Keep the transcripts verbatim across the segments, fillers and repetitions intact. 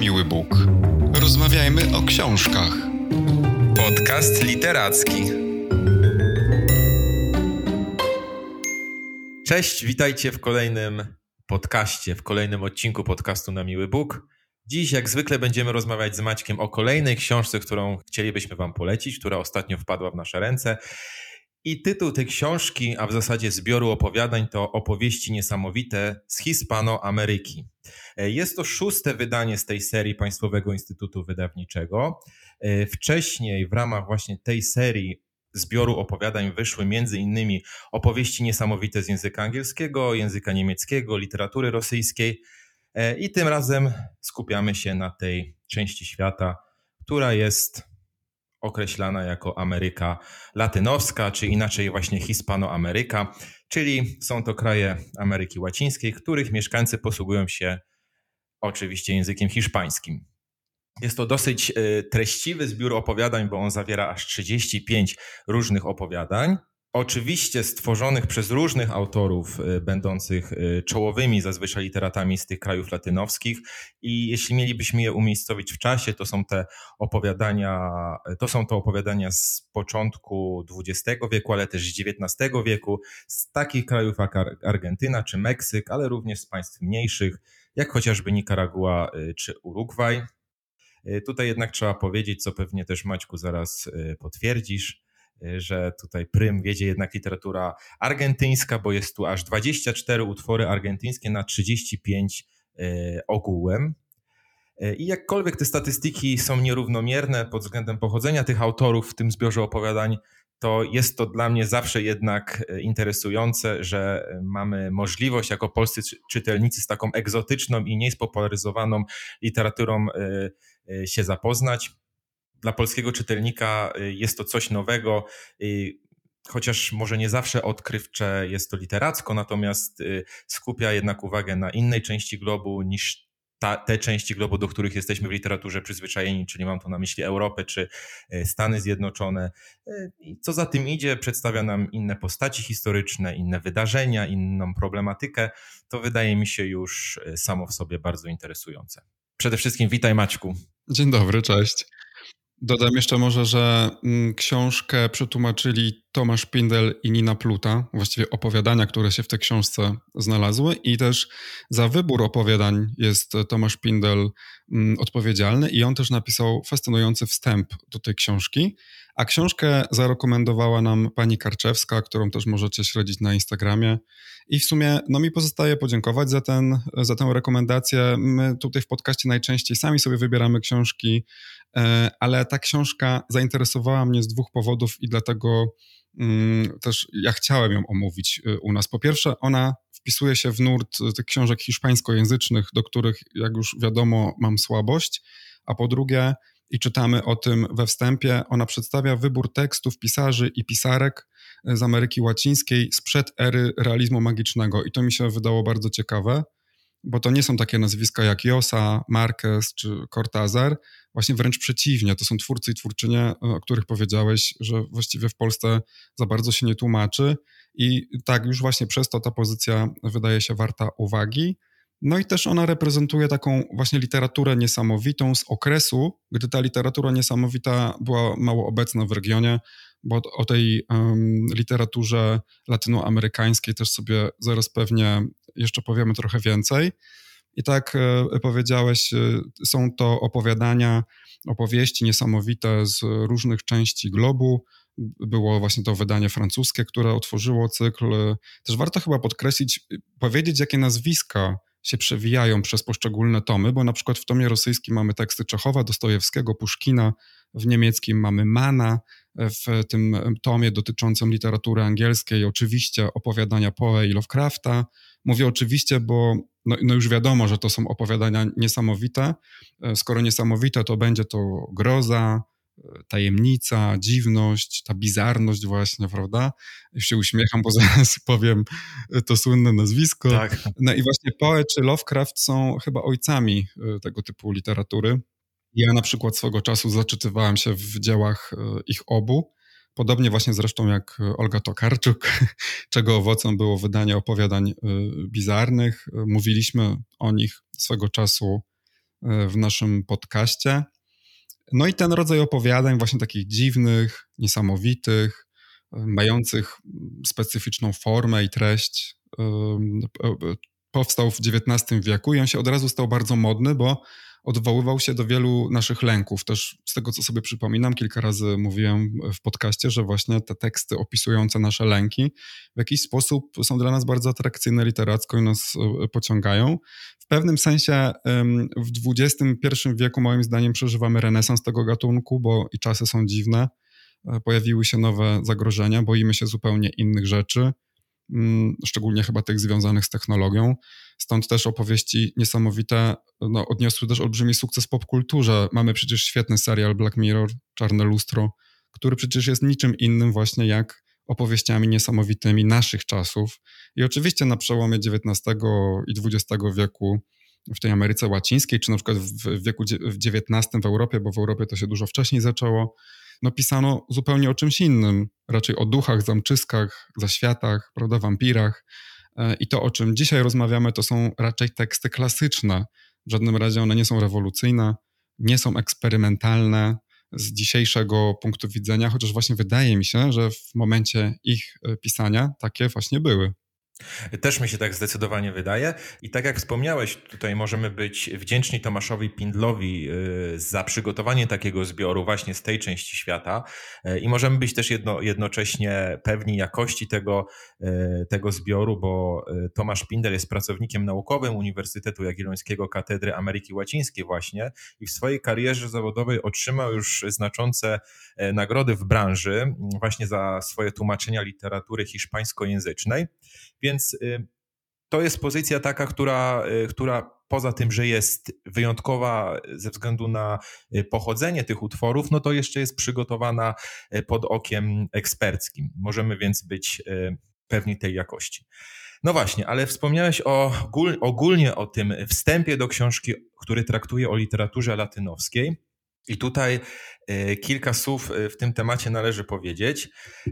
miły Bóg. Rozmawiajmy o książkach. Podcast literacki. Cześć, witajcie w kolejnym podcaście, w kolejnym odcinku podcastu Na Miły Bóg. Dziś jak zwykle będziemy rozmawiać z Maćkiem o kolejnej książce, którą chcielibyśmy wam polecić, która ostatnio wpadła w nasze ręce. I tytuł tej książki, a w zasadzie zbioru opowiadań, to Opowieści niesamowite z Hiszpanoameryki. Jest to szóste wydanie z tej serii Państwowego Instytutu Wydawniczego. Wcześniej w ramach właśnie tej serii zbioru opowiadań wyszły między innymi Opowieści niesamowite z języka angielskiego, języka niemieckiego, literatury rosyjskiej. I tym razem skupiamy się na tej części świata, która jest określana jako Ameryka Latynowska, czy inaczej właśnie Hiszpanoameryka, czyli są to kraje Ameryki Łacińskiej, których mieszkańcy posługują się oczywiście językiem hiszpańskim. Jest to dosyć treściwy zbiór opowiadań, bo on zawiera aż trzydzieści pięć różnych opowiadań. Oczywiście stworzonych przez różnych autorów będących czołowymi zazwyczaj literatami z tych krajów latynowskich i jeśli mielibyśmy je umiejscowić w czasie, to są te opowiadania, to są to opowiadania z początku dwudziestego wieku, ale też z dziewiętnastego wieku, z takich krajów jak Argentyna czy Meksyk, ale również z państw mniejszych, jak chociażby Nikaragua czy Urugwaj. Tutaj jednak trzeba powiedzieć, co pewnie też Maćku zaraz potwierdzisz, że tutaj prym wiedzie jednak literatura argentyńska, bo jest tu aż dwadzieścia cztery utwory argentyńskie na trzydzieści pięć ogółem. I jakkolwiek te statystyki są nierównomierne pod względem pochodzenia tych autorów w tym zbiorze opowiadań, to jest to dla mnie zawsze jednak interesujące, że mamy możliwość jako polscy czytelnicy z taką egzotyczną i niespopularyzowaną literaturą się zapoznać. Dla polskiego czytelnika jest to coś nowego, chociaż może nie zawsze odkrywcze jest to literacko, natomiast skupia jednak uwagę na innej części globu niż ta, te części globu, do których jesteśmy w literaturze przyzwyczajeni, czyli mam tu na myśli Europę czy Stany Zjednoczone. I co za tym idzie, przedstawia nam inne postaci historyczne, inne wydarzenia, inną problematykę. To wydaje mi się już samo w sobie bardzo interesujące. Przede wszystkim witaj Maćku. Dzień dobry, cześć. Dodam jeszcze może, że książkę przetłumaczyli Tomasz Pindel i Nina Pluta, właściwie opowiadania, które się w tej książce znalazły i też za wybór opowiadań jest Tomasz Pindel odpowiedzialny i on też napisał fascynujący wstęp do tej książki, a książkę zarekomendowała nam pani Karczewska, którą też możecie śledzić na Instagramie i w sumie no mi pozostaje podziękować za, ten, za tę rekomendację. My tutaj w podcaście najczęściej sami sobie wybieramy książki, ale ta książka zainteresowała mnie z dwóch powodów i dlatego um, też ja chciałem ją omówić u nas. Po pierwsze, ona wpisuje się w nurt tych książek hiszpańskojęzycznych, do których, jak już wiadomo, mam słabość, a po drugie, i czytamy o tym we wstępie, ona przedstawia wybór tekstów pisarzy i pisarek z Ameryki Łacińskiej sprzed ery realizmu magicznego i to mi się wydało bardzo ciekawe, bo to nie są takie nazwiska jak Josa, Marquez czy Cortázar, właśnie wręcz przeciwnie, to są twórcy i twórczynie, o których powiedziałeś, że właściwie w Polsce za bardzo się nie tłumaczy i tak już właśnie przez to ta pozycja wydaje się warta uwagi. No i też ona reprezentuje taką właśnie literaturę niesamowitą z okresu, gdy ta literatura niesamowita była mało obecna w regionie, bo o tej um, literaturze latynoamerykańskiej też sobie zaraz pewnie jeszcze powiemy trochę więcej. I tak e, powiedziałeś, e, są to opowiadania, opowieści niesamowite z różnych części globu. Było właśnie to wydanie francuskie, które otworzyło cykl. Też warto chyba podkreślić, powiedzieć, jakie nazwiska się przewijają przez poszczególne tomy, bo na przykład w tomie rosyjskim mamy teksty Czechowa, Dostojewskiego, Puszkina, w niemieckim mamy Manna, w tym tomie dotyczącym literatury angielskiej oczywiście opowiadania Poe i Lovecrafta. Mówię oczywiście, bo no, no już wiadomo, że to są opowiadania niesamowite. Skoro niesamowite, to będzie to groza, tajemnica, dziwność, ta bizarność właśnie, prawda? Już się uśmiecham, bo zaraz powiem to słynne nazwisko. Tak. No i właśnie Poe czy Lovecraft są chyba ojcami tego typu literatury. Ja na przykład swego czasu zaczytywałem się w dziełach ich obu, podobnie właśnie zresztą jak Olga Tokarczuk, czego owocem było wydanie opowiadań bizarnych. Mówiliśmy o nich swego czasu w naszym podcaście. No i ten rodzaj opowiadań właśnie takich dziwnych, niesamowitych, mających specyficzną formę i treść, powstał w dziewiętnastym wieku i on się od razu stał bardzo modny, bo odwoływał się do wielu naszych lęków. Też z tego, co sobie przypominam, kilka razy mówiłem w podcaście, że właśnie te teksty opisujące nasze lęki w jakiś sposób są dla nas bardzo atrakcyjne literacko i nas pociągają. W pewnym sensie w dwudziestym pierwszym wieku moim zdaniem przeżywamy renesans tego gatunku, bo i czasy są dziwne. Pojawiły się nowe zagrożenia, boimy się zupełnie innych rzeczy, szczególnie chyba tych związanych z technologią. Stąd też opowieści niesamowite no, odniosły też olbrzymi sukces w popkulturze. Mamy przecież świetny serial Black Mirror, Czarne Lustro, który przecież jest niczym innym właśnie jak opowieściami niesamowitymi naszych czasów. I oczywiście na przełomie dziewiętnastego i dwudziestego wieku w tej Ameryce Łacińskiej, czy na przykład w wieku w dziewiętnastym w Europie, bo w Europie to się dużo wcześniej zaczęło, no pisano zupełnie o czymś innym, raczej o duchach, zamczyskach, zaświatach, prawda, wampirach. I to, o czym dzisiaj rozmawiamy, to są raczej teksty klasyczne. W żadnym razie one nie są rewolucyjne, nie są eksperymentalne z dzisiejszego punktu widzenia, chociaż właśnie wydaje mi się, że w momencie ich pisania takie właśnie były. Też mi się tak zdecydowanie wydaje i tak jak wspomniałeś, tutaj możemy być wdzięczni Tomaszowi Pindlowi za przygotowanie takiego zbioru właśnie z tej części świata i możemy być też jedno, jednocześnie pewni jakości tego, tego zbioru, bo Tomasz Pindel jest pracownikiem naukowym Uniwersytetu Jagiellońskiego Katedry Ameryki Łacińskiej właśnie i w swojej karierze zawodowej otrzymał już znaczące nagrody w branży właśnie za swoje tłumaczenia literatury hiszpańskojęzycznej. Więc to jest pozycja taka, która, która poza tym, że jest wyjątkowa ze względu na pochodzenie tych utworów, no to jeszcze jest przygotowana pod okiem eksperckim. Możemy więc być pewni tej jakości. No właśnie, ale wspomniałeś o, ogólnie o tym wstępie do książki, który traktuje o literaturze latynowskiej. I tutaj kilka słów w tym temacie należy powiedzieć.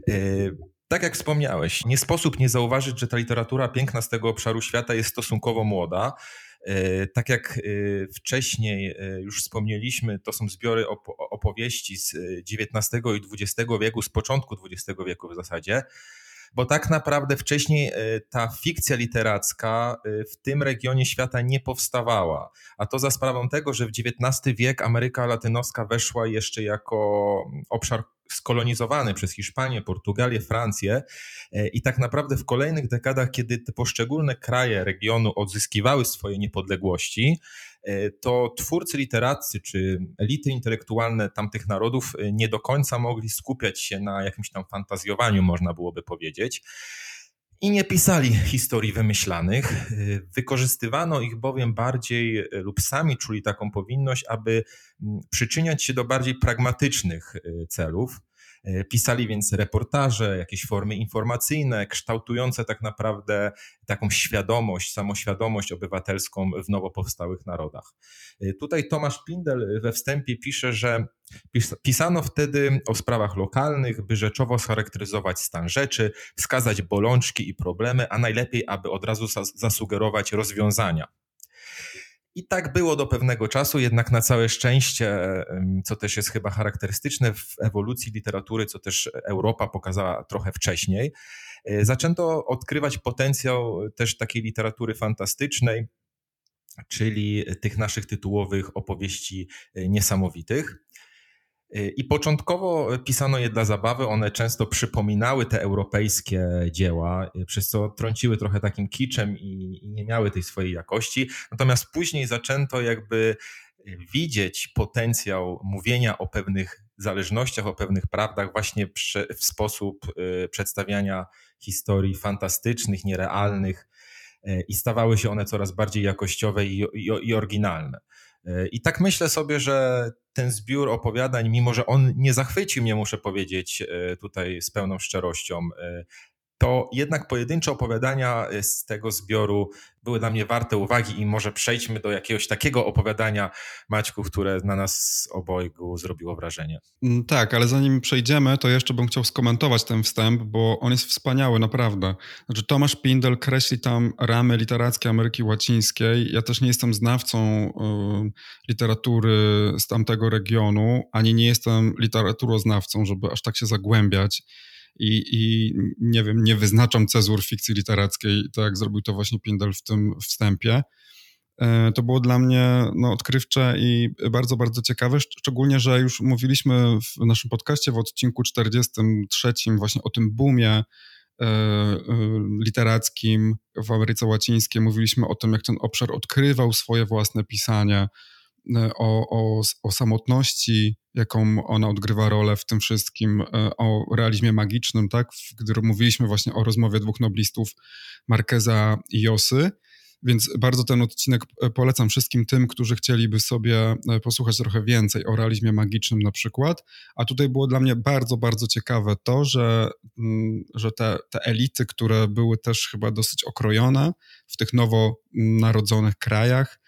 Tak jak wspomniałeś, nie sposób nie zauważyć, że ta literatura piękna z tego obszaru świata jest stosunkowo młoda. Tak jak wcześniej już wspomnieliśmy, to są zbiory opowieści z dziewiętnastego i dwudziestego wieku, z początku dwudziestego wieku w zasadzie, bo tak naprawdę wcześniej ta fikcja literacka w tym regionie świata nie powstawała. A to za sprawą tego, że w dziewiętnasty wiek Ameryka Latynoska weszła jeszcze jako obszar skolonizowany przez Hiszpanię, Portugalię, Francję i tak naprawdę w kolejnych dekadach, kiedy te poszczególne kraje regionu odzyskiwały swoje niepodległości, to twórcy literaccy czy elity intelektualne tamtych narodów nie do końca mogli skupiać się na jakimś tam fantazjowaniu, można byłoby powiedzieć. I nie pisali historii wymyślanych. Wykorzystywano ich bowiem bardziej lub sami czuli taką powinność, aby przyczyniać się do bardziej pragmatycznych celów. Pisali więc reportaże, jakieś formy informacyjne, kształtujące tak naprawdę taką świadomość, samoświadomość obywatelską w nowo powstałych narodach. Tutaj Tomasz Pindel we wstępie pisze, że pisano wtedy o sprawach lokalnych, by rzeczowo scharakteryzować stan rzeczy, wskazać bolączki i problemy, a najlepiej, aby od razu zasugerować rozwiązania. I tak było do pewnego czasu, jednak na całe szczęście, co też jest chyba charakterystyczne w ewolucji literatury, co też Europa pokazała trochę wcześniej, zaczęto odkrywać potencjał też takiej literatury fantastycznej, czyli tych naszych tytułowych opowieści niesamowitych. I początkowo pisano je dla zabawy, one często przypominały te europejskie dzieła, przez co trąciły trochę takim kiczem i, i nie miały tej swojej jakości. Natomiast później zaczęto jakby widzieć potencjał mówienia o pewnych zależnościach, o pewnych prawdach właśnie w sposób przedstawiania historii fantastycznych, nierealnych i stawały się one coraz bardziej jakościowe i, i, i oryginalne. I tak myślę sobie, że ten zbiór opowiadań, mimo że on nie zachwycił mnie, muszę powiedzieć tutaj z pełną szczerością, to jednak pojedyncze opowiadania z tego zbioru były dla mnie warte uwagi i może przejdźmy do jakiegoś takiego opowiadania, Maćku, które na nas obojgu zrobiło wrażenie. Tak, ale zanim przejdziemy, to jeszcze bym chciał skomentować ten wstęp, bo on jest wspaniały, naprawdę. Znaczy Tomasz Pindel kreśli tam ramy literackie Ameryki Łacińskiej. Ja też nie jestem znawcą y, literatury z tamtego regionu, ani nie jestem literaturoznawcą, żeby aż tak się zagłębiać. I, I nie wiem, nie wyznaczam cezur fikcji literackiej, tak jak zrobił to właśnie Pindel w tym wstępie. To było dla mnie no, odkrywcze i bardzo, bardzo ciekawe, szczególnie, że już mówiliśmy w naszym podcaście w odcinku czterdziestym trzecim właśnie o tym boomie e, e, literackim w Ameryce Łacińskiej. Mówiliśmy o tym, jak ten obszar odkrywał swoje własne pisanie, o, o, o samotności, jaką ona odgrywa rolę w tym wszystkim, o realizmie magicznym, tak? Gdy mówiliśmy właśnie o rozmowie dwóch noblistów, Marqueza i Josy. Więc bardzo ten odcinek polecam wszystkim tym, którzy chcieliby sobie posłuchać trochę więcej o realizmie magicznym na przykład. A tutaj było dla mnie bardzo, bardzo ciekawe to, że, że te, te elity, które były też chyba dosyć okrojone w tych nowo narodzonych krajach,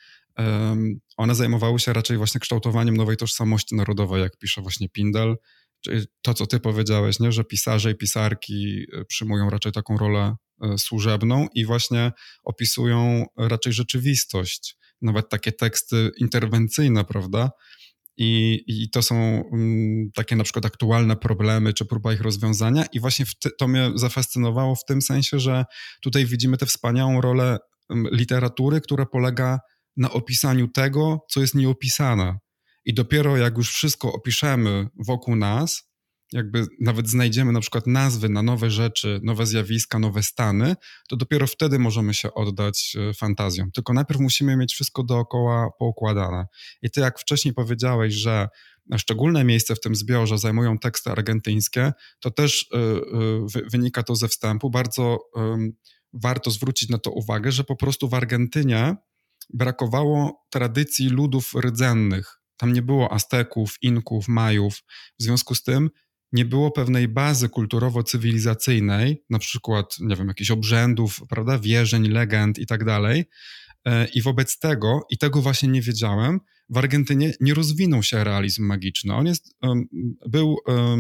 one zajmowały się raczej właśnie kształtowaniem nowej tożsamości narodowej, jak pisze właśnie Pindel. Czyli to, co ty powiedziałeś, nie? Że pisarze i pisarki przyjmują raczej taką rolę służebną i właśnie opisują raczej rzeczywistość. Nawet takie teksty interwencyjne, prawda? I, i to są um, takie na przykład aktualne problemy, czy próba ich rozwiązania. I właśnie ty, to mnie zafascynowało w tym sensie, że tutaj widzimy tę wspaniałą rolę um, literatury, która polega na opisaniu tego, co jest nieopisane. I dopiero jak już wszystko opiszemy wokół nas, jakby nawet znajdziemy na przykład nazwy na nowe rzeczy, nowe zjawiska, nowe stany, to dopiero wtedy możemy się oddać fantazjom. Tylko najpierw musimy mieć wszystko dookoła poukładane. I ty jak wcześniej powiedziałeś, że szczególne miejsce w tym zbiorze zajmują teksty argentyńskie, to też yy, wynika to ze wstępu. Bardzo yy, warto zwrócić na to uwagę, że po prostu w Argentynie brakowało tradycji ludów rdzennych. Tam nie było Azteków, Inków, Majów. W związku z tym nie było pewnej bazy kulturowo-cywilizacyjnej, na przykład, nie wiem, jakichś obrzędów, prawda, wierzeń, legend i tak dalej. I wobec tego, i tego właśnie nie wiedziałem, w Argentynie nie rozwinął się realizm magiczny. On jest, był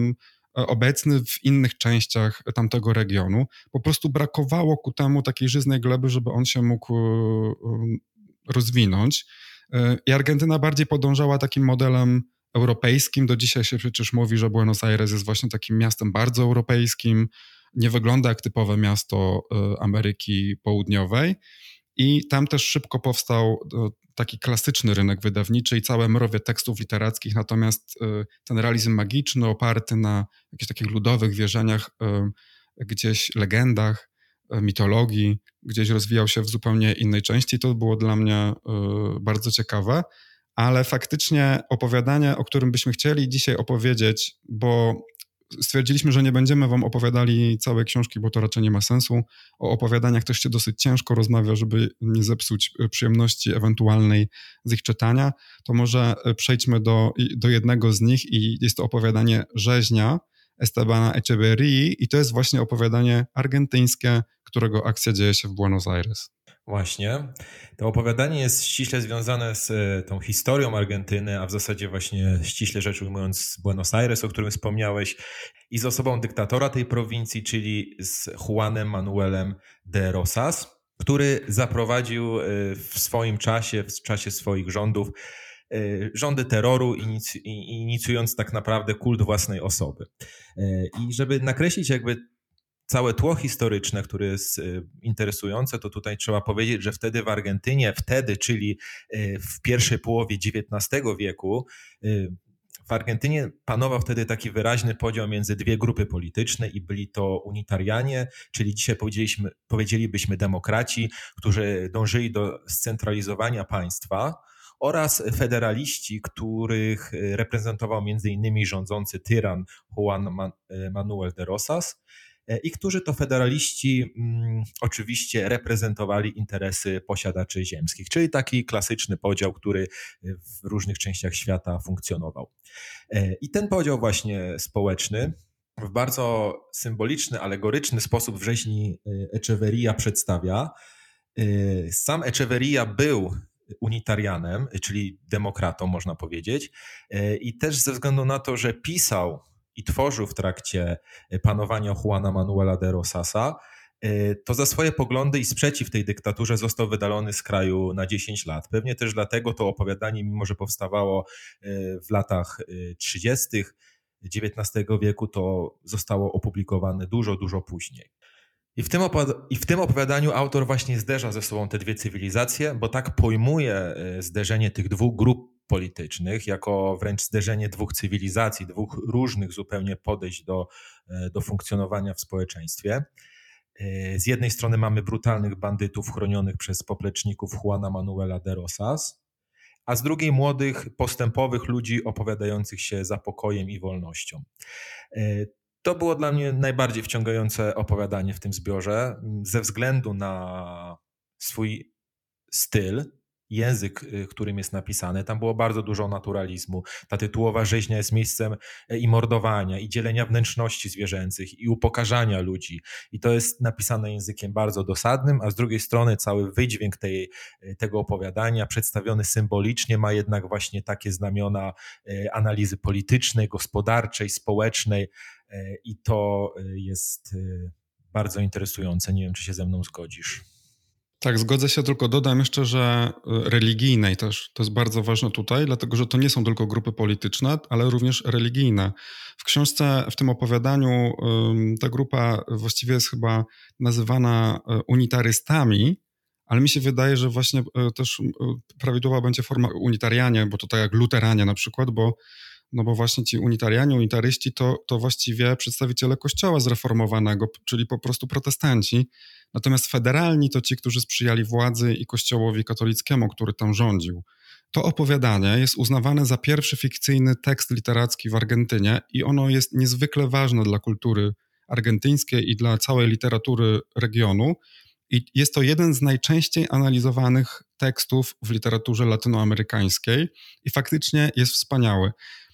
obecny w innych częściach tamtego regionu. Po prostu brakowało ku temu takiej żyznej gleby, żeby on się mógł rozwinąć. I Argentyna bardziej podążała takim modelem europejskim. Do dzisiaj się przecież mówi, że Buenos Aires jest właśnie takim miastem bardzo europejskim. Nie wygląda jak typowe miasto Ameryki Południowej. I tam też szybko powstał taki klasyczny rynek wydawniczy i całe mrowie tekstów literackich. Natomiast ten realizm magiczny oparty na jakichś takich ludowych wierzeniach, gdzieś legendach, mitologii, gdzieś rozwijał się w zupełnie innej części. To było dla mnie bardzo ciekawe, ale faktycznie opowiadanie, o którym byśmy chcieli dzisiaj opowiedzieć, bo stwierdziliśmy, że nie będziemy wam opowiadali całej książki, bo to raczej nie ma sensu. O opowiadaniach też się dosyć ciężko rozmawia, żeby nie zepsuć przyjemności ewentualnej z ich czytania. To może przejdźmy do, do jednego z nich i jest to opowiadanie Rzeźnia Estebana Echeverrii i to jest właśnie opowiadanie argentyńskie, którego akcja dzieje się w Buenos Aires. Właśnie. To opowiadanie jest ściśle związane z tą historią Argentyny, a w zasadzie właśnie ściśle rzecz ujmując z Buenos Aires, o którym wspomniałeś, i z osobą dyktatora tej prowincji, czyli z Juanem Manuelem de Rosas, który zaprowadził w swoim czasie, w czasie swoich rządów, rządy terroru, inicjując tak naprawdę kult własnej osoby. I żeby nakreślić jakby całe tło historyczne, które jest interesujące, to tutaj trzeba powiedzieć, że wtedy w Argentynie, wtedy, czyli w pierwszej połowie dziewiętnastego wieku, w Argentynie panował wtedy taki wyraźny podział między dwie grupy polityczne i byli to unitarianie, czyli dzisiaj powiedzieliśmy, powiedzielibyśmy demokraci, którzy dążyli do scentralizowania państwa, oraz federaliści, których reprezentował między innymi rządzący tyran Juan Manuel de Rosas, i którzy to federaliści mm, oczywiście reprezentowali interesy posiadaczy ziemskich, czyli taki klasyczny podział, który w różnych częściach świata funkcjonował. I ten podział właśnie społeczny w bardzo symboliczny, alegoryczny sposób wrześni Echeverría przedstawia. Sam Echeverría był unitarianem, czyli demokratą, można powiedzieć, i też ze względu na to, że pisał i tworzył w trakcie panowania Juana Manuela de Rosasa, to za swoje poglądy i sprzeciw tej dyktaturze został wydalony z kraju na dziesięć lat. Pewnie też dlatego to opowiadanie, mimo że powstawało w latach trzydziestych dziewiętnastego wieku, to zostało opublikowane dużo, dużo później. I w, tym opowiad- I w tym opowiadaniu autor właśnie zderza ze sobą te dwie cywilizacje, bo tak pojmuje zderzenie tych dwóch grup politycznych jako wręcz zderzenie dwóch cywilizacji, dwóch różnych zupełnie podejść do, do funkcjonowania w społeczeństwie. Z jednej strony mamy brutalnych bandytów chronionych przez popleczników Juana Manuela de Rosas, a z drugiej młodych, postępowych ludzi opowiadających się za pokojem i wolnością. To było dla mnie najbardziej wciągające opowiadanie w tym zbiorze ze względu na swój styl, język, którym jest napisane. Tam było bardzo dużo naturalizmu. Ta tytułowa rzeźnia jest miejscem i mordowania, i dzielenia wnętrzności zwierzęcych, i upokarzania ludzi. I to jest napisane językiem bardzo dosadnym, a z drugiej strony cały wydźwięk tej, tego opowiadania, przedstawiony symbolicznie, ma jednak właśnie takie znamiona analizy politycznej, gospodarczej, społecznej, i to jest bardzo interesujące. Nie wiem, czy się ze mną zgodzisz. Tak, zgodzę się, tylko dodam jeszcze, że religijnej też. To jest bardzo ważne tutaj, dlatego że to nie są tylko grupy polityczne, ale również religijne. W książce, w tym opowiadaniu ta grupa właściwie jest chyba nazywana unitarystami, ale mi się wydaje, że właśnie też prawidłowa będzie forma unitarianie, bo to tak jak luteranie na przykład, bo no bo właśnie ci unitarianie, unitaryści to, to właściwie przedstawiciele kościoła zreformowanego, czyli po prostu protestanci. Natomiast federalni to ci, którzy sprzyjali władzy i kościołowi katolickiemu, który tam rządził. To opowiadanie jest uznawane za pierwszy fikcyjny tekst literacki w Argentynie i ono jest niezwykle ważne dla kultury argentyńskiej i dla całej literatury regionu. I jest to jeden z najczęściej analizowanych tekstów w literaturze latynoamerykańskiej i faktycznie jest wspaniały.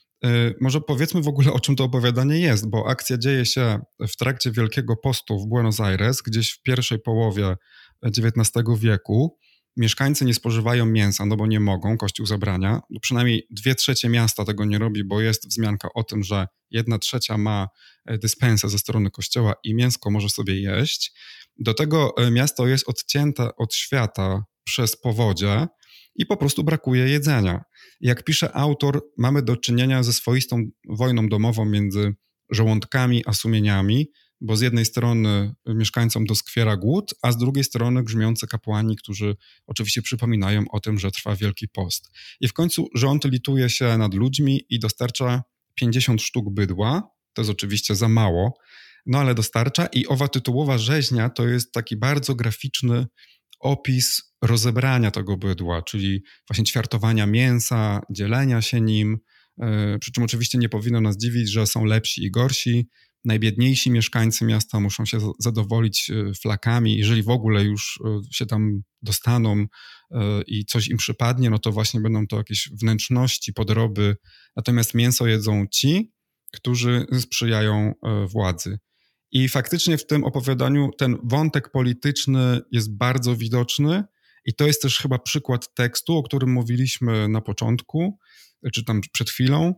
Może powiedzmy w ogóle, o czym to opowiadanie jest, bo akcja dzieje się w trakcie Wielkiego Postu w Buenos Aires, gdzieś w pierwszej połowie dziewiętnastego wieku. Mieszkańcy nie spożywają mięsa, no bo nie mogą, Kościół zabrania. No przynajmniej dwie trzecie miasta tego nie robi, bo jest wzmianka o tym, że jedna trzecia ma dyspensę ze strony Kościoła i mięsko może sobie jeść. Do tego miasto jest odcięte od świata przez powodzie i po prostu brakuje jedzenia. Jak pisze autor, mamy do czynienia ze swoistą wojną domową między żołądkami a sumieniami, bo z jednej strony mieszkańcom doskwiera głód, a z drugiej strony grzmiący kapłani, którzy oczywiście przypominają o tym, że trwa Wielki Post. I w końcu rząd lituje się nad ludźmi i dostarcza pięćdziesiąt sztuk bydła. To jest oczywiście za mało, no ale dostarcza. I owa tytułowa rzeźnia to jest taki bardzo graficzny opis rozebrania tego bydła, czyli właśnie ćwiartowania mięsa, dzielenia się nim, yy, przy czym oczywiście nie powinno nas dziwić, że są lepsi i gorsi. Najbiedniejsi mieszkańcy miasta muszą się zadowolić flakami, jeżeli w ogóle już się tam dostaną yy, i coś im przypadnie, no to właśnie będą to jakieś wnętrzności, podroby, natomiast mięso jedzą ci, którzy sprzyjają yy, władzy. I faktycznie w tym opowiadaniu ten wątek polityczny jest bardzo widoczny i to jest też chyba przykład tekstu, o którym mówiliśmy na początku, czy tam przed chwilą,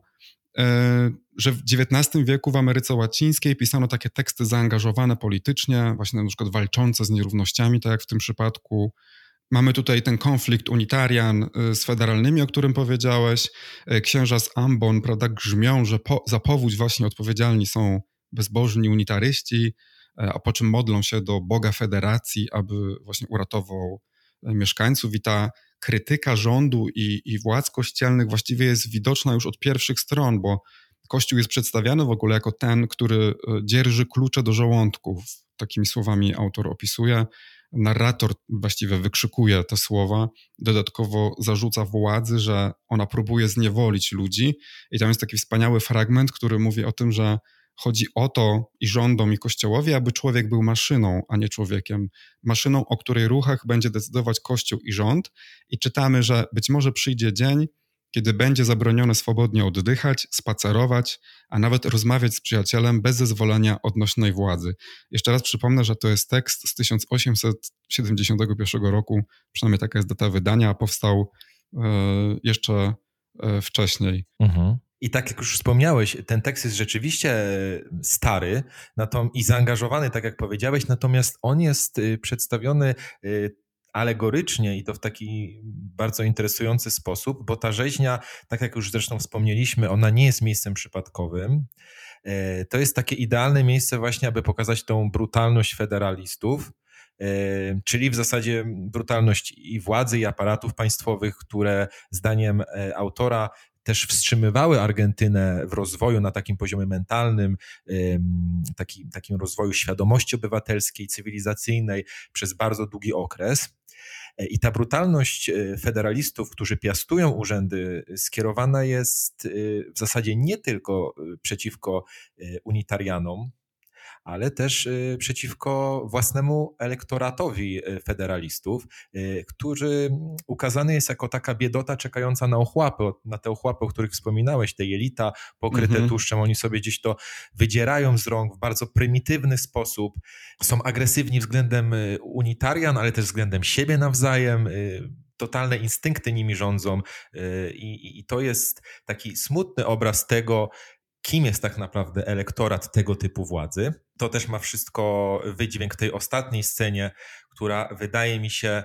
że w dziewiętnastym wieku w Ameryce Łacińskiej pisano takie teksty zaangażowane politycznie, właśnie na przykład walczące z nierównościami, tak jak w tym przypadku. Mamy tutaj ten konflikt unitarian z federalnymi, o którym powiedziałeś. Księża z Ambon, prawda, grzmią, że po, za powódź właśnie odpowiedzialni są bezbożni unitaryści, a po czym modlą się do Boga Federacji, aby właśnie uratował mieszkańców. I ta krytyka rządu i, i władz kościelnych właściwie jest widoczna już od pierwszych stron, bo Kościół jest przedstawiany w ogóle jako ten, który dzierży klucze do żołądków. Takimi słowami autor opisuje. Narrator właściwie wykrzykuje te słowa, dodatkowo zarzuca władzy, że ona próbuje zniewolić ludzi. I tam jest taki wspaniały fragment, który mówi o tym, że chodzi o to i rządom, i Kościołowi, aby człowiek był maszyną, a nie człowiekiem. Maszyną, o której ruchach będzie decydować Kościół i rząd. I czytamy, że być może przyjdzie dzień, kiedy będzie zabronione swobodnie oddychać, spacerować, a nawet rozmawiać z przyjacielem bez zezwolenia odnośnej władzy. Jeszcze raz przypomnę, że to jest tekst z tysiąc osiemset siedemdziesiątego pierwszego roku, przynajmniej taka jest data wydania, a powstał e, jeszcze e, wcześniej. Mhm. I tak jak już wspomniałeś, ten tekst jest rzeczywiście stary i zaangażowany, tak jak powiedziałeś, natomiast on jest przedstawiony alegorycznie i to w taki bardzo interesujący sposób, bo ta rzeźnia, tak jak już zresztą wspomnieliśmy, ona nie jest miejscem przypadkowym. To jest takie idealne miejsce właśnie, aby pokazać tą brutalność federalistów, czyli w zasadzie brutalność i władzy, i aparatów państwowych, które zdaniem autora też wstrzymywały Argentynę w rozwoju na takim poziomie mentalnym, taki, takim rozwoju świadomości obywatelskiej, cywilizacyjnej przez bardzo długi okres. I ta brutalność federalistów, którzy piastują urzędy, skierowana jest w zasadzie nie tylko przeciwko unitarianom, ale też przeciwko własnemu elektoratowi federalistów, który ukazany jest jako taka biedota czekająca na ochłapy, na te ochłapy, o których wspominałeś, te jelita pokryte mm-hmm. tłuszczem, oni sobie gdzieś to wydzierają z rąk w bardzo prymitywny sposób, są agresywni względem unitarian, ale też względem siebie nawzajem, totalne instynkty nimi rządzą i, i to jest taki smutny obraz tego, kim jest tak naprawdę elektorat tego typu władzy. To też ma wszystko wydźwięk w tej ostatniej scenie, która wydaje mi się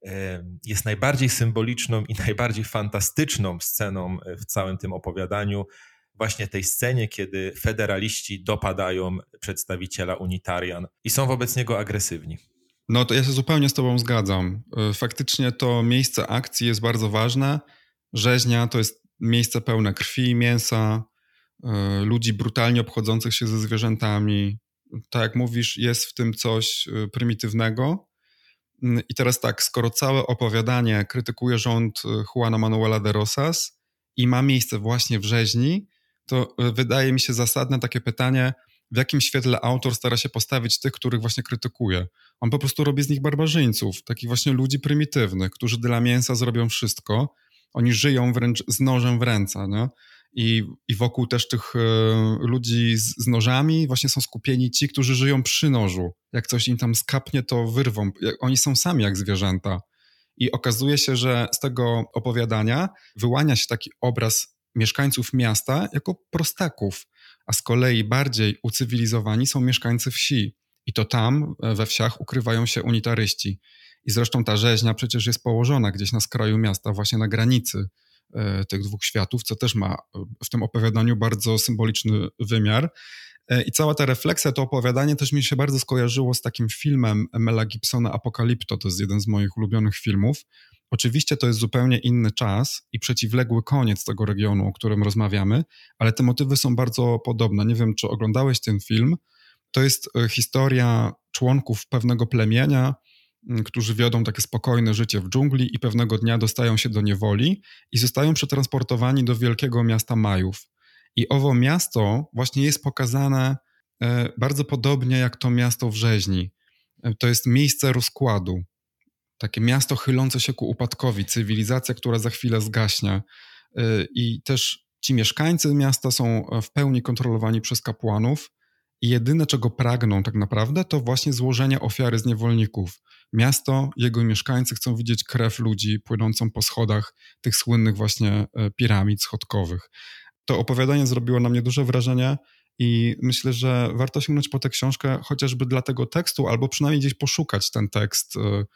jest najbardziej symboliczną i najbardziej fantastyczną sceną w całym tym opowiadaniu. Właśnie tej scenie, kiedy federaliści dopadają przedstawiciela unitarian i są wobec niego agresywni. No to ja się zupełnie z tobą zgadzam. Faktycznie to miejsce akcji jest bardzo ważne. Rzeźnia to jest miejsce pełne krwi, mięsa, ludzi brutalnie obchodzących się ze zwierzętami. Tak jak mówisz, jest w tym coś prymitywnego. I teraz tak, skoro całe opowiadanie krytykuje rząd Juana Manuela de Rosas i ma miejsce właśnie w rzeźni, to wydaje mi się zasadne takie pytanie, w jakim świetle autor stara się postawić tych, których właśnie krytykuje. On po prostu robi z nich barbarzyńców, takich właśnie ludzi prymitywnych, którzy dla mięsa zrobią wszystko. Oni żyją wręcz z nożem w ręce, nie? I, i wokół też tych y, ludzi z, z nożami właśnie są skupieni ci, którzy żyją przy nożu. Jak coś im tam skapnie, to wyrwą. Oni są sami jak zwierzęta. I okazuje się, że z tego opowiadania wyłania się taki obraz mieszkańców miasta jako prostaków, a z kolei bardziej ucywilizowani są mieszkańcy wsi. I to tam, we wsiach, ukrywają się unitaryści. I zresztą ta rzeźnia przecież jest położona gdzieś na skraju miasta, właśnie na granicy tych dwóch światów, co też ma w tym opowiadaniu bardzo symboliczny wymiar. I cała ta refleksja, to opowiadanie też mi się bardzo skojarzyło z takim filmem Mela Gibsona Apokalipto, to jest jeden z moich ulubionych filmów. Oczywiście to jest zupełnie inny czas i przeciwległy koniec tego regionu, o którym rozmawiamy, ale te motywy są bardzo podobne. Nie wiem, czy oglądałeś ten film. To jest historia członków pewnego plemienia, którzy wiodą takie spokojne życie w dżungli i pewnego dnia dostają się do niewoli i zostają przetransportowani do wielkiego miasta Majów. I owo miasto właśnie jest pokazane bardzo podobnie jak to miasto w rzeźni. To jest miejsce rozkładu. Takie miasto chylące się ku upadkowi, cywilizacja, która za chwilę zgaśnie. I też ci mieszkańcy miasta są w pełni kontrolowani przez kapłanów i jedyne, czego pragną tak naprawdę, to właśnie złożenie ofiary z niewolników. Miasto, jego mieszkańcy chcą widzieć krew ludzi płynącą po schodach tych słynnych właśnie piramid schodkowych. To opowiadanie zrobiło na mnie duże wrażenie i myślę, że warto sięgnąć po tę książkę chociażby dla tego tekstu, albo przynajmniej gdzieś poszukać ten tekst,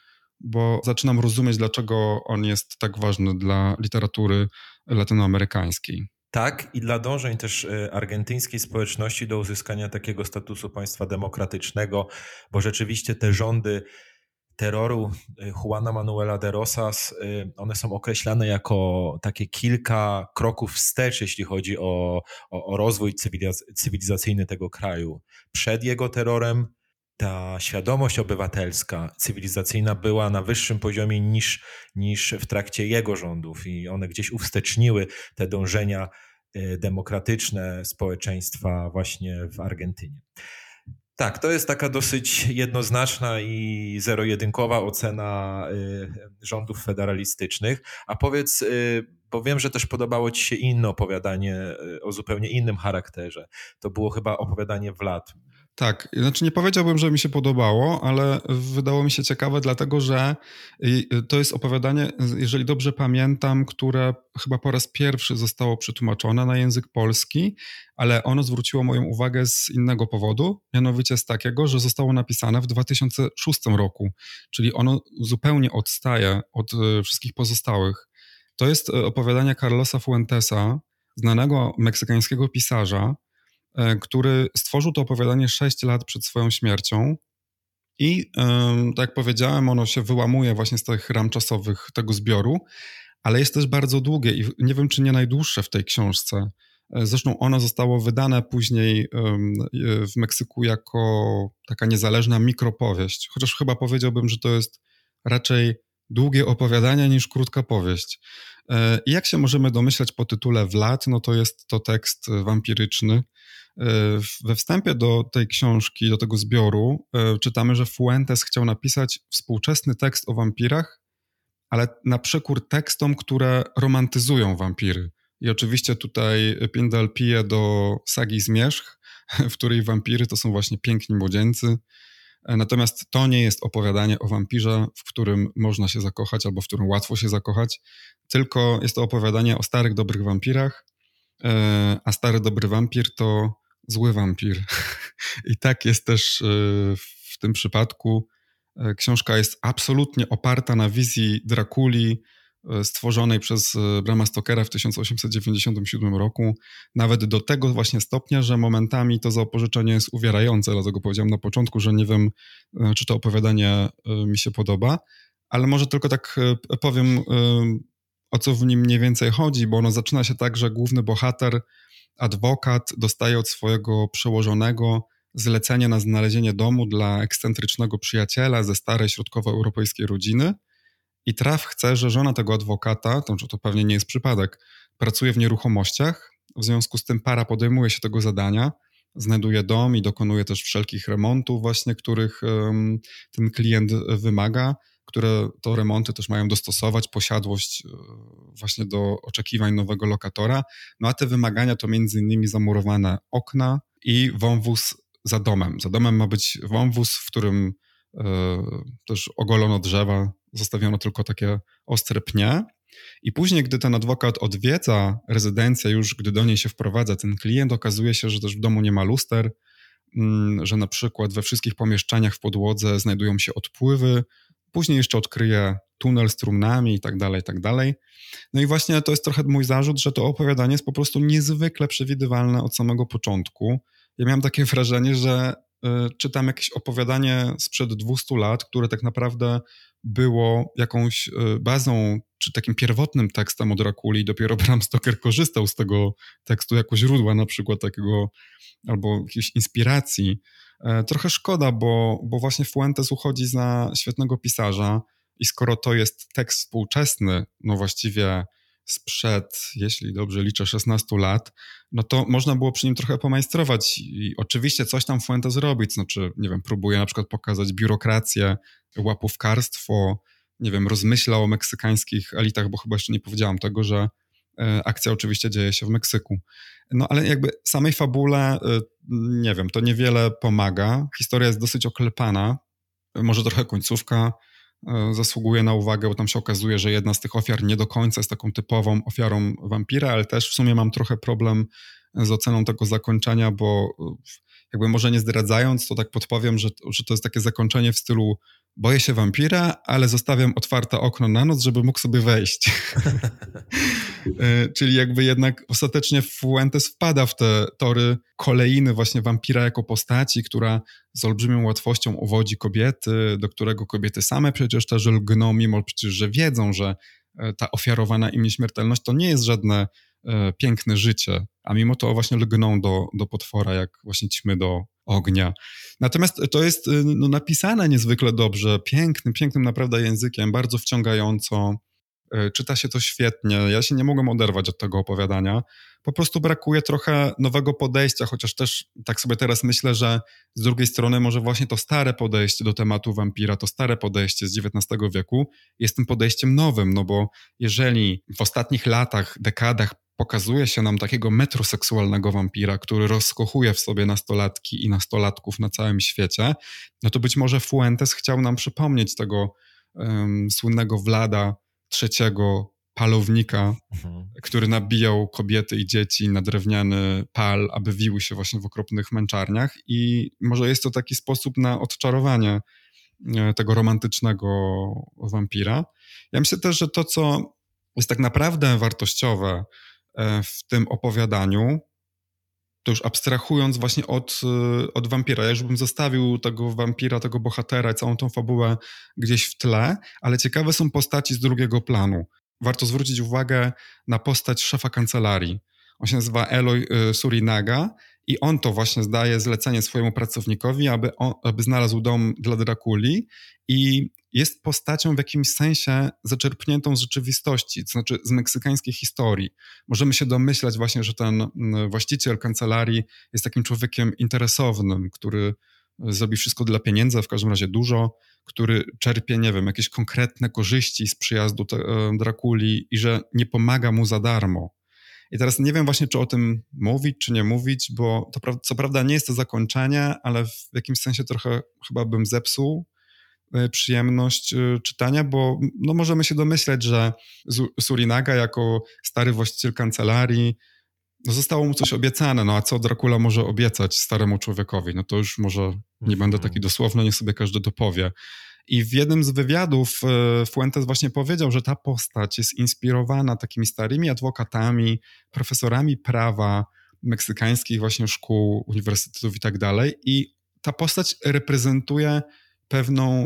bo zaczynam rozumieć, dlaczego on jest tak ważny dla literatury latynoamerykańskiej. Tak, i dla dążeń też argentyńskiej społeczności do uzyskania takiego statusu państwa demokratycznego, bo rzeczywiście te rządy terroru Juana Manuela de Rosas, one są określane jako takie kilka kroków wstecz, jeśli chodzi o, o, o rozwój cywiliz- cywilizacyjny tego kraju. Przed jego terrorem ta świadomość obywatelska, cywilizacyjna była na wyższym poziomie niż, niż w trakcie jego rządów i one gdzieś uwsteczniły te dążenia demokratyczne społeczeństwa właśnie w Argentynie. Tak, to jest taka dosyć jednoznaczna i zero-jedynkowa ocena rządów federalistycznych. A powiedz, bo wiem, że też podobało ci się inne opowiadanie o zupełnie innym charakterze. To było chyba opowiadanie Vlad. Tak, znaczy nie powiedziałbym, że mi się podobało, ale wydało mi się ciekawe, dlatego że to jest opowiadanie, jeżeli dobrze pamiętam, które chyba po raz pierwszy zostało przetłumaczone na język polski, ale ono zwróciło moją uwagę z innego powodu, mianowicie z takiego, że zostało napisane w dwa tysiące szóstym roku, czyli ono zupełnie odstaje od wszystkich pozostałych. To jest opowiadanie Carlosa Fuentesa, znanego meksykańskiego pisarza, który stworzył to opowiadanie sześć lat przed swoją śmiercią i tak jak powiedziałem, ono się wyłamuje właśnie z tych ram czasowych tego zbioru, ale jest też bardzo długie i nie wiem, czy nie najdłuższe w tej książce. Zresztą ono zostało wydane później w Meksyku jako taka niezależna mikropowieść, chociaż chyba powiedziałbym, że to jest raczej długie opowiadanie niż krótka powieść. I jak się możemy domyślać po tytule Vlad, no to jest to tekst wampiryczny. We wstępie do tej książki, do tego zbioru czytamy, że Fuentes chciał napisać współczesny tekst o wampirach, ale na przekór tekstom, które romantyzują wampiry. I oczywiście tutaj Pindel pije do sagi Zmierzch, w której wampiry to są właśnie piękni młodzieńcy. Natomiast to nie jest opowiadanie o wampirze, w którym można się zakochać albo w którym łatwo się zakochać, tylko jest to opowiadanie o starych, dobrych wampirach, a stary, dobry wampir to zły wampir. I tak jest też w tym przypadku. Książka jest absolutnie oparta na wizji Drakuli stworzonej przez Brama Stokera w tysiąc osiemset dziewięćdziesiątym siódmym roku. Nawet do tego właśnie stopnia, że momentami to zapożyczenie jest uwierające, dlatego powiedziałem na początku, że nie wiem, czy to opowiadanie mi się podoba, ale może tylko tak powiem, o co w nim mniej więcej chodzi, bo ono zaczyna się tak, że główny bohater, adwokat, dostaje od swojego przełożonego zlecenie na znalezienie domu dla ekscentrycznego przyjaciela ze starej środkowoeuropejskiej rodziny i traf chce, że żona tego adwokata, to, to pewnie nie jest przypadek, pracuje w nieruchomościach, w związku z tym para podejmuje się tego zadania, znajduje dom i dokonuje też wszelkich remontów właśnie, których um, ten klient wymaga, które to remonty też mają dostosować posiadłość właśnie do oczekiwań nowego lokatora. No a te wymagania to między innymi zamurowane okna i wąwóz za domem. Za domem ma być wąwóz, w którym y, też ogolono drzewa, zostawiono tylko takie ostre pnie. I później, gdy ten adwokat odwiedza rezydencję, już gdy do niej się wprowadza ten klient, okazuje się, że też w domu nie ma luster, y, że na przykład we wszystkich pomieszczeniach w podłodze znajdują się odpływy. Później jeszcze odkryje tunel z trumnami i tak dalej, i tak dalej. No i właśnie to jest trochę mój zarzut, że to opowiadanie jest po prostu niezwykle przewidywalne od samego początku. Ja miałem takie wrażenie, że y, czytam jakieś opowiadanie sprzed dwustu lat, które tak naprawdę było jakąś y, bazą, czy takim pierwotnym tekstem o Drakuli. Dopiero Bram Stoker korzystał z tego tekstu jako źródła na przykład takiego, albo jakiejś inspiracji. Trochę szkoda, bo, bo właśnie Fuentes uchodzi za świetnego pisarza i skoro to jest tekst współczesny, no właściwie sprzed, jeśli dobrze liczę, szesnastu lat, no to można było przy nim trochę pomajstrować i oczywiście coś tam Fuentes robić, znaczy, nie wiem, próbuje na przykład pokazać biurokrację, łapówkarstwo, nie wiem, rozmyśla o meksykańskich elitach, bo chyba jeszcze nie powiedziałam tego, że akcja oczywiście dzieje się w Meksyku. No ale jakby samej fabule, nie wiem, to niewiele pomaga. Historia jest dosyć oklepana. Może trochę końcówka zasługuje na uwagę, bo tam się okazuje, że jedna z tych ofiar nie do końca jest taką typową ofiarą wampira, ale też w sumie mam trochę problem z oceną tego zakończenia, bo jakby może nie zdradzając, to tak podpowiem, że, że to jest takie zakończenie w stylu boję się wampira, ale zostawiam otwarte okno na noc, żeby mógł sobie wejść. Czyli jakby jednak ostatecznie Fuentes wpada w te tory kolejny właśnie wampira jako postaci, która z olbrzymią łatwością uwodzi kobiety, do którego kobiety same przecież też lgną, mimo przecież, że wiedzą, że ta ofiarowana im nieśmiertelność to nie jest żadne e, piękne życie, a mimo to właśnie lgną do, do potwora, jak właśnie ćmy do ognia. Natomiast to jest no, napisane niezwykle dobrze, pięknym, pięknym naprawdę językiem, bardzo wciągająco. czyta się to świetnie. Ja się nie mogłem oderwać od tego opowiadania. Po prostu brakuje trochę nowego podejścia, chociaż też tak sobie teraz myślę, że z drugiej strony może właśnie to stare podejście do tematu wampira, to stare podejście z dziewiętnastego wieku jest tym podejściem nowym, no bo jeżeli w ostatnich latach, dekadach pokazuje się nam takiego metroseksualnego wampira, który rozkochuje w sobie nastolatki i nastolatków na całym świecie, no to być może Fuentes chciał nam przypomnieć tego um, słynnego Vlada trzeciego palownika, mhm. który nabijał kobiety i dzieci na drewniany pal, aby wiły się właśnie w okropnych męczarniach i może jest to taki sposób na odczarowanie tego romantycznego wampira. Ja myślę też, że to, co jest tak naprawdę wartościowe w tym opowiadaniu, to już abstrahując właśnie od, od wampira. Ja już bym zostawił tego wampira, tego bohatera i całą tą fabułę gdzieś w tle, ale ciekawe są postaci z drugiego planu. Warto zwrócić uwagę na postać szefa kancelarii. On się nazywa Eloy Surinaga i on to właśnie zdaje zlecenie swojemu pracownikowi, aby, on, aby znalazł dom dla Drakuli i jest postacią w jakimś sensie zaczerpniętą z rzeczywistości, to znaczy z meksykańskiej historii. Możemy się domyślać właśnie, że ten właściciel kancelarii jest takim człowiekiem interesownym, który zrobi wszystko dla pieniędzy, a w każdym razie dużo, który czerpie, nie wiem, jakieś konkretne korzyści z przyjazdu Drakuli i że nie pomaga mu za darmo. I teraz nie wiem właśnie, czy o tym mówić, czy nie mówić, bo to pra- co prawda nie jest to zakończenie, ale w jakimś sensie trochę chyba bym zepsuł przyjemność czytania, bo no możemy się domyśleć, że Surinaga jako stary właściciel kancelarii, no zostało mu coś obiecane, no a co Dracula może obiecać staremu człowiekowi? No to już może nie będę taki dosłowny, niech sobie każdy dopowie. I w jednym z wywiadów Fuentes właśnie powiedział, że ta postać jest inspirowana takimi starymi adwokatami, profesorami prawa meksykańskich właśnie szkół, uniwersytetów i tak dalej. I ta postać reprezentuje pewną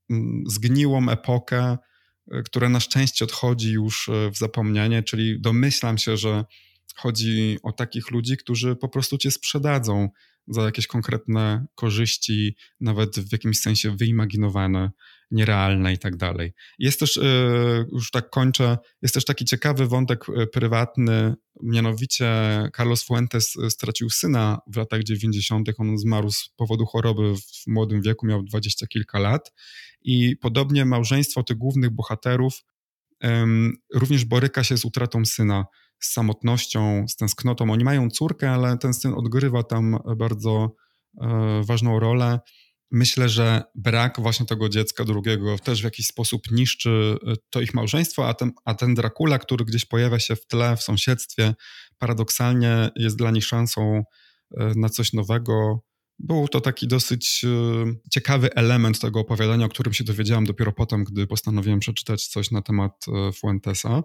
zgniłą epokę, która na szczęście odchodzi już w zapomnienie, czyli domyślam się, że chodzi o takich ludzi, którzy po prostu cię sprzedadzą za jakieś konkretne korzyści, nawet w jakimś sensie wyimaginowane, nierealne i tak dalej. Jest też, już tak kończę, jest też taki ciekawy wątek prywatny, mianowicie Carlos Fuentes stracił syna w latach dziewięćdziesiątych. On zmarł z powodu choroby w młodym wieku, miał dwadzieścia kilka lat i podobnie małżeństwo tych głównych bohaterów um, również boryka się z utratą syna, z samotnością, z tęsknotą. Oni mają córkę, ale ten syn odgrywa tam bardzo e, ważną rolę. Myślę, że brak właśnie tego dziecka drugiego też w jakiś sposób niszczy to ich małżeństwo, a ten, a ten Dracula, który gdzieś pojawia się w tle, w sąsiedztwie, paradoksalnie jest dla nich szansą e, na coś nowego. Był to taki dosyć e, ciekawy element tego opowiadania, o którym się dowiedziałem dopiero potem, gdy postanowiłem przeczytać coś na temat e, Fuentesa.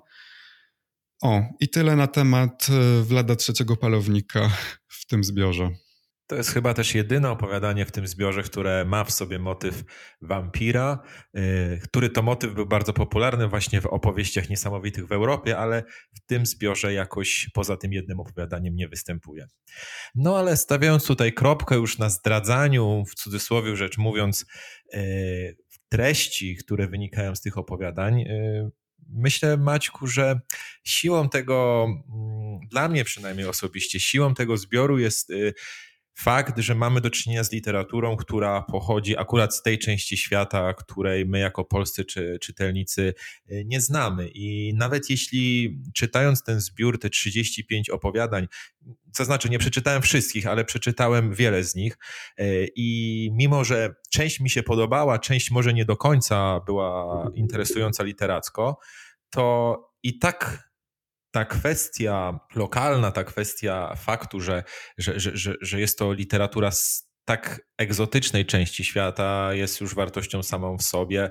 O, i tyle na temat Vlada trzeciego palownika w tym zbiorze. To jest chyba też jedyne opowiadanie w tym zbiorze, które ma w sobie motyw wampira, yy, który to motyw był bardzo popularny właśnie w opowieściach niesamowitych w Europie, ale w tym zbiorze jakoś poza tym jednym opowiadaniem nie występuje. No ale stawiając tutaj kropkę już na zdradzaniu, w cudzysłowie rzecz mówiąc, yy, treści, które wynikają z tych opowiadań, yy, myślę, Maćku, że siłą tego, dla mnie przynajmniej osobiście, siłą tego zbioru jest fakt, że mamy do czynienia z literaturą, która pochodzi akurat z tej części świata, której my jako polscy czy, czytelnicy nie znamy. I nawet jeśli czytając ten zbiór, te trzydzieści pięć opowiadań, co znaczy nie przeczytałem wszystkich, ale przeczytałem wiele z nich i mimo, że część mi się podobała, część może nie do końca była interesująca literacko, to i tak ta kwestia lokalna, ta kwestia faktu, że, że, że, że jest to literatura z tak egzotycznej części świata, jest już wartością samą w sobie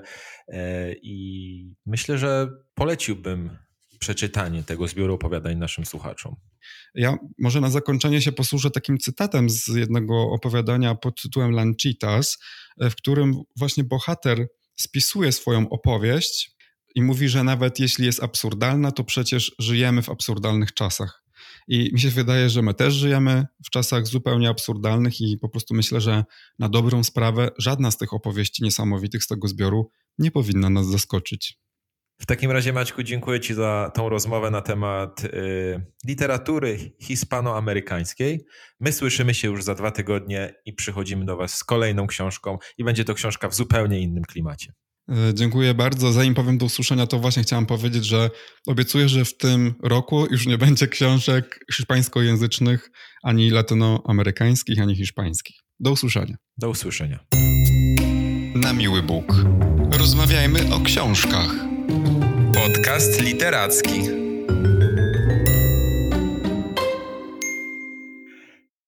i myślę, że poleciłbym przeczytanie tego zbioru opowiadań naszym słuchaczom. Ja może na zakończenie się posłużę takim cytatem z jednego opowiadania pod tytułem Lanchitas, w którym właśnie bohater spisuje swoją opowieść i mówi, że nawet jeśli jest absurdalna, to przecież żyjemy w absurdalnych czasach. I mi się wydaje, że my też żyjemy w czasach zupełnie absurdalnych i po prostu myślę, że na dobrą sprawę żadna z tych opowieści niesamowitych z tego zbioru nie powinna nas zaskoczyć. W takim razie, Maćku, dziękuję Ci za tą rozmowę na temat y, literatury hiszpanoamerykańskiej. My słyszymy się już za dwa tygodnie i przychodzimy do Was z kolejną książką i będzie to książka w zupełnie innym klimacie. Dziękuję bardzo. Zanim powiem do usłyszenia, to właśnie chciałem powiedzieć, że obiecuję, że w tym roku już nie będzie książek hiszpańskojęzycznych, ani latynoamerykańskich, ani hiszpańskich. Do usłyszenia. Do usłyszenia. Na miły Bóg. Rozmawiajmy o książkach. Podcast literacki.